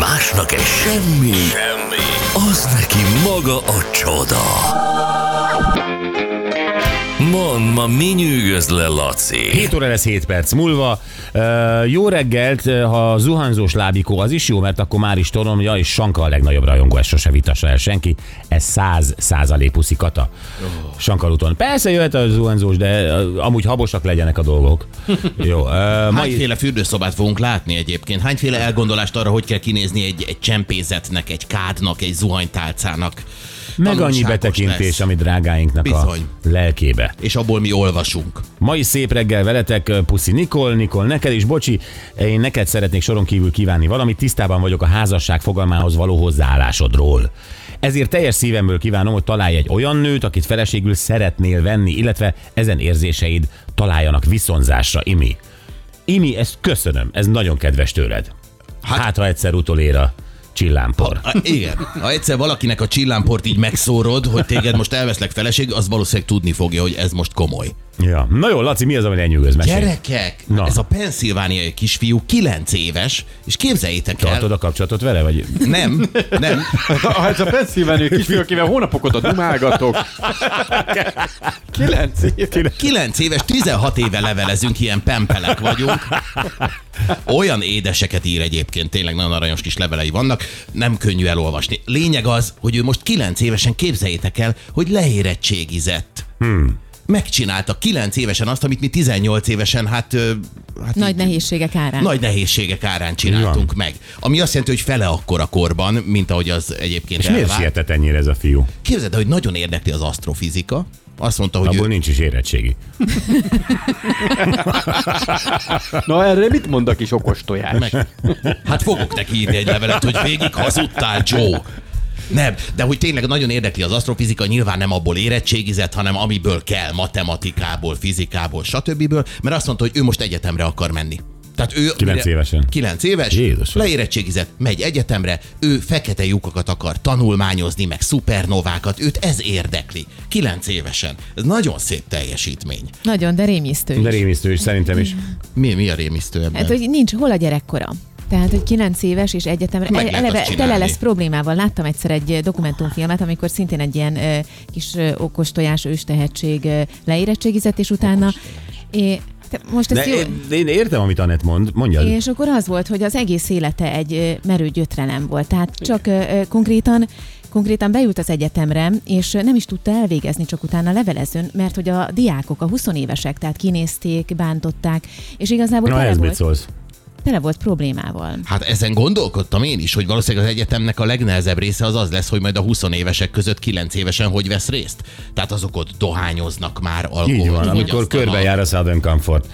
Másnak egy semmi, az neki maga a csoda. Mondd, ma mi nyűgöz le, Laci? 7 óra lesz 7 perc múlva. Jó reggelt, ha zuhanyzós lábikó, az is jó, mert akkor már is tudom, ja, és Sanka a legnagyobb rajongó, ezt sose vitassa el senki. Ez 100% puszi Kata. Sankar úton. Persze jöhet a zuhanyzós, de amúgy habosak legyenek a dolgok. Jó. Hányféle fürdőszobát fogunk látni egyébként? Hányféle elgondolást arra, hogy kell kinézni egy csempézetnek, egy kádnak, egy zuhanytálcának? Meg annyi betekintés, lesz. Ami drágáinknak bizony. A lelkébe. És abból mi olvasunk. Mai szép reggel veletek, puszi Nikol, neked is, bocsi, én neked szeretnék soron kívül kívánni valamit, tisztában vagyok a házasság fogalmához való hozzáállásodról. Ezért teljes szívemből kívánom, hogy találj egy olyan nőt, akit feleségül szeretnél venni, illetve ezen érzéseid találjanak viszonzásra, Imi. Imi, ezt köszönöm, ez nagyon kedves tőled. Hát ha egyszer utolér a csillámpor. Igen. Ha egyszer valakinek a csillámport így megszórod, hogy téged most elveszlek feleség, az valószínűleg tudni fogja, hogy ez most komoly. Ja. Na jó, Laci, mi az, ami lenyűgöz? Gyerekek, ez a penszilvániai kisfiú 9 éves, és képzeljétek el... Tartod a kapcsolatot vele, vagy? Nem. Ez a penszilvániai kisfiú, akivel hónapok óta dumálgatok. 9 éves, 16 éve levelezünk, ilyen pempelek vagyunk. Olyan édeseket ír egyébként, tényleg nagyon aranyos kis levelei vannak, nem könnyű elolvasni. Lényeg az, hogy ő most 9 évesen, képzeljétek el, hogy leérettségizett. Megcsinálta 9 évesen azt, amit mi 18 évesen, nagy nehézségek árán. Nagy nehézségek árán csináltunk meg. Ami azt jelenti, hogy fele akkora korban, mint ahogy az egyébként és miért sietett ennyire ez a fiú? Képzeld, hogy nagyon érdekli az asztrofizika. Azt mondta, hogy abból nincs is érettségi. Na erre mit mond a kis okos tojás? Hát fogok neki írni egy levelet, hogy végig hazudtál, Joe. Nem, de hogy tényleg nagyon érdekli az asztrofizika, nyilván nem abból érettségizett, hanem amiből kell, matematikából, fizikából, stb. Mert azt mondta, hogy ő most egyetemre akar menni. Tehát ő 9 évesen. 9 éves, Jézusom. Leérettségizett, megy egyetemre, ő fekete lyukakat akar tanulmányozni, meg szupernovákat, őt ez érdekli. 9 évesen. Ez nagyon szép teljesítmény. Nagyon, de rémisztő is. De rémisztő is, szerintem is. Mi a rémisztő ebben? Hát, hogy nincs hol a gyerekkora. Tehát, hogy 9 éves és egyetemre, eleve tele lesz problémával. Láttam egyszer egy dokumentumfilmet, amikor szintén egy ilyen kis okostojás őstehetség leérettségizett, és utána... Most ezt én értem, amit Anett mond, mondjad. És akkor az volt, hogy az egész élete egy merő gyötrelem volt. Tehát csak konkrétan beült az egyetemre, és nem is tudta elvégezni, csak utána levelezőn, mert hogy a diákok, a 20 évesek, tehát kinézték, bántották, és igazából tele volt problémával. Hát ezen gondolkodtam én is, hogy valószínűleg az egyetemnek a legnehezebb része az lesz, hogy majd a 20 évesek között 9 évesen hogy vesz részt. Tehát azok ott dohányoznak már, alkoholt. Így van, amikor körbejár a Southern Comfort.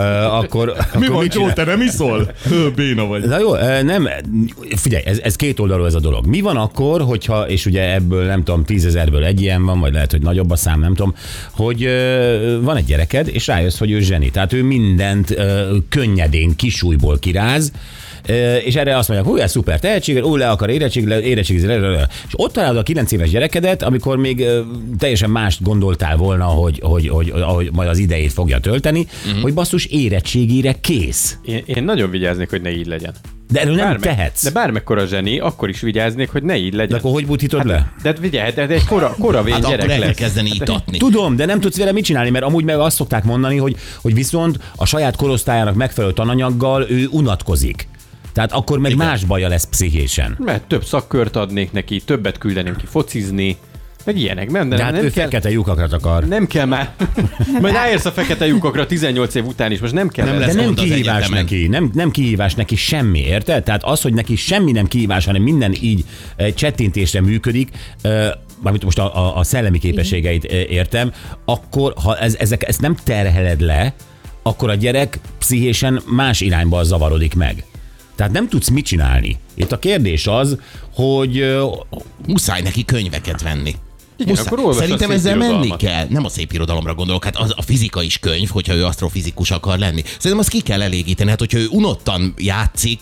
Mi van, Joe, te nem iszol? Béna vagy. Na jó, nem, figyelj, ez két oldalú ez a dolog. Mi van akkor, hogyha, és ugye ebből nem tudom, 10 000-ből egy ilyen van, vagy lehet, hogy nagyobb a szám, nem tudom, hogy van egy gyereked, és rájössz, hogy ő zseni. Tehát ő mindent könnyedén, kisújból kiráz, és erre azt mondják, hogy ez szuper tehetség, le akar érettségizni, és ott találod a 9 éves gyerekedet, amikor még teljesen mást gondoltál volna, hogy majd az idejét fogja tölteni, hogy basszus érettségére kész. Én nagyon vigyáznék, hogy ne így legyen. De erről nem tehetsz. De bármekkora zseni, akkor is vigyáznék, hogy ne így legyen. De akkor hogy butítod le? De figyelj, de egy koravén gyerek akkor lesz. kezdeni itatni. Tudom, de nem tudsz vele mit csinálni, mert amúgy meg azt szokták mondani, hogy viszont a saját korosztályának megfelelő tananyaggal ő unatkozik. Tehát akkor meg más baja lesz pszichésen. Mert több szakkört adnék neki, többet küldeném ki focizni, meg ilyenek. De hát ő fekete lyukakra akar. Nem kell már. Majd ráérsz a fekete lyukakra 18 év után is, most nem kell. De nem kihívás neki, nem kihívás neki semmi, érted? Tehát az, hogy neki semmi nem kihívás, hanem minden így csettintésre működik, mármint most a szellemi képességeit értem, akkor ha ezt nem terheled le, akkor a gyerek pszichésen más irányba zavarodik meg. Tehát nem tudsz mit csinálni. Itt a kérdés az, hogy muszáj neki könyveket venni. Igen, szerintem ezzel menni kell. Nem a szép irodalomra gondolok, hát a fizika is könyv, hogyha ő asztrofizikus akar lenni. Szerintem azt ki kell elégíteni, hát hogyha ő unottan játszik,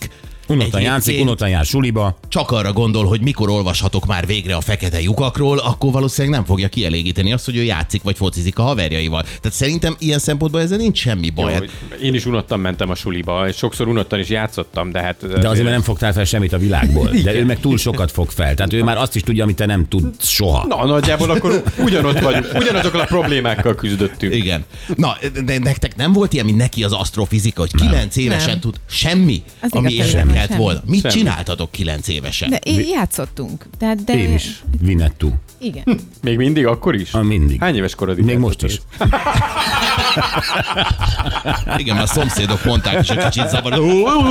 Unottan játszik, unottan jár suliba. Csak arra gondol, hogy mikor olvashatok már végre a fekete lyukakról, akkor valószínűleg nem fogja kielégíteni azt, hogy ő játszik vagy focizik a haverjaival. Tehát szerintem ilyen szempontból ezzel nincs semmi baj. Jó, én is unottan mentem a suliba, és sokszor unottan is játszottam, de hát... De azért nem fogtál fel semmit a világból. De ő meg túl sokat fog fel. Tehát ő már azt is tudja, amit te nem tudsz soha. Na, nagyjából akkor ugyanott vagyunk, ugyanazokkal a problémákkal küzdöttünk. Igen. Na, de nektek nem volt ilyen, mint neki az asztrofizika, hogy 9 évesen Nem. tud semmi, Az ami igaz, érdekelt semmi. volna. Mit Semmi. csináltatok 9 évesen? De játszottunk. De Én is. Vinettú. Igen. Még mindig, akkor is? Mindig. Hány éves korodig? Még most is. Igen, a szomszédok mondták is, hogy kicsit zavar.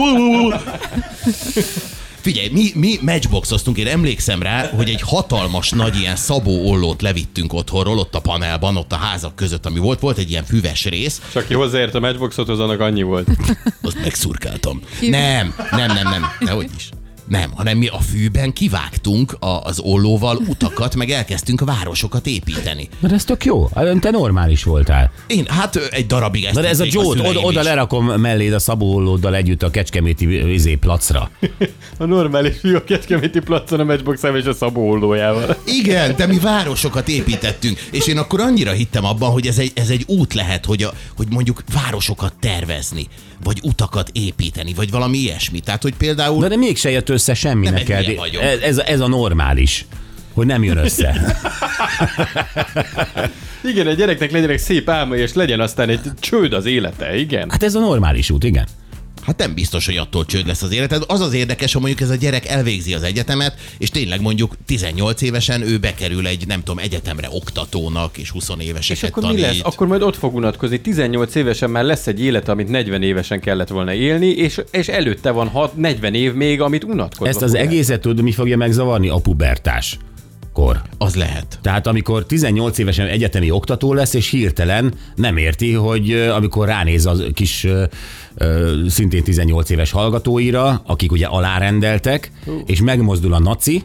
Figyelj, mi matchboxoztunk, én emlékszem rá, hogy egy hatalmas nagy ilyen szabó ollót levittünk otthonról, ott a panelban, ott a házak között, ami volt egy ilyen füves rész, Csak aki hozzáért a matchboxothoz, annak annyi volt. azt megszurkáltam. Nem, dehogy is. Nem, hanem mi a fűben kivágtunk az ollóval utakat, meg elkezdtünk városokat építeni. De ez tök jó. Te normális voltál. Én hát egy darabig ezt Na de ez a tették Joe-t, szüleim oda is. lerakom melléd a szabóollóddal együtt a kecskeméti placra. A normális fiú a Kecskeméti placon a matchboxával és a Szabó ollójával. Igen, de mi városokat építettünk, és én akkor annyira hittem abban, hogy ez egy út lehet, hogy mondjuk városokat tervezni, vagy utakat építeni, vagy valami ilyesmi. Tehát, hogy például... De mégse jött össze semmi Nem, neked. hülye vagyok. Ez a normális, hogy nem jön össze. Igen, egy gyereknek legyenek szép álmai, és legyen aztán egy csőd az élete, igen. Hát ez a normális út, igen. Hát nem biztos, hogy attól csőd lesz az életed. Az az érdekes, hogy mondjuk ez a gyerek elvégzi az egyetemet, és tényleg mondjuk 18 évesen ő bekerül egy, nem tudom, egyetemre oktatónak, és 20 És éveseket akkor tanít. mi lesz? Akkor majd ott fog unatkozni. 18 évesen már lesz egy élet, amit 40 évesen kellett volna élni, és előtte van 40 év még, amit unatkozva Ezt az fog egészet tudod, mi fogja megzavarni? A pubertás kor. Az lehet. Tehát amikor 18 évesen egyetemi oktató lesz, és hirtelen nem érti, hogy amikor ránéz az kis szintén 18 éves hallgatóira, akik ugye alárendeltek, és megmozdul a naci,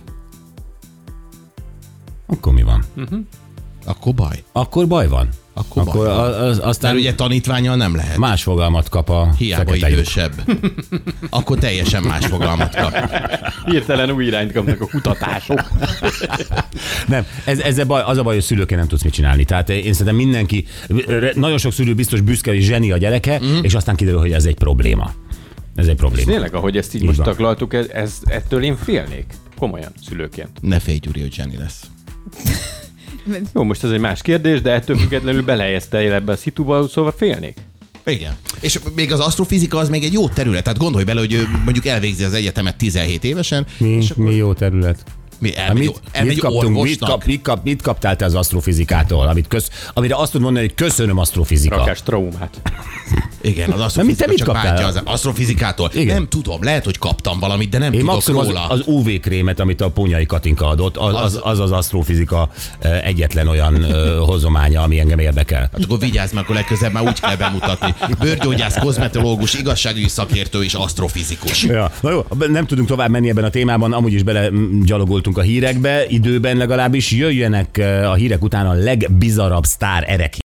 akkor mi van? Akkor baj. Akkor baj van. Akkor Akkor baj van. aztán Mert ugye tanítványal nem lehet. más fogalmat kap a Hiába fekete lyuk. idősebb. Akkor teljesen más fogalmat kap. Hirtelen új irányt kapnak a kutatások. Nem, ezzel baj, az a baj, hogy szülőként nem tudsz mit csinálni. Tehát én szerintem mindenki, nagyon sok szülő biztos büszke és zseni a gyereke, és aztán kiderül, hogy ez egy probléma. Ez egy probléma. Tényleg, ahogy ezt így Így most van. taglaltuk, ettől én félnék. Komolyan, szülőként. Ne félj, Gyuri, hogy Jenny lesz. Jó, most ez egy más kérdés, de ettől függetlenül belehelyezte ebbe a szituba, szóval félnék. Igen. És még az asztrofizika az még egy jó terület. Tehát gondolj bele, hogy ő mondjuk elvégzi az egyetemet 17 évesen. Mi jó terület. Elmegy orvosnak. Mit kaptál te az asztrofizikától? Amire azt tud mondani, hogy köszönöm asztrofizika. Rakás traumát. Igen, az te asztrofizika mit csak kaptál? bántja az asztrofizikától. Igen. Nem tudom, lehet, hogy kaptam valamit, de nem Én tudok maximum róla. az UV krémet, amit a Pónyai Katinka adott, az asztrofizika egyetlen olyan hozománya, ami engem érdekel. Hát akkor vigyázz, mert akkor legközelebb már úgy kell bemutatni. Bőrgyógyász, kozmetológus, igazságügyi szakértő és asztrofizikus. Ja, na jó, nem tudunk tovább menni ebben a témában, amúgy is bele gyalogoltunk a hírekbe, időben legalábbis jöjjenek a hírek után a legbizarabb sztár erek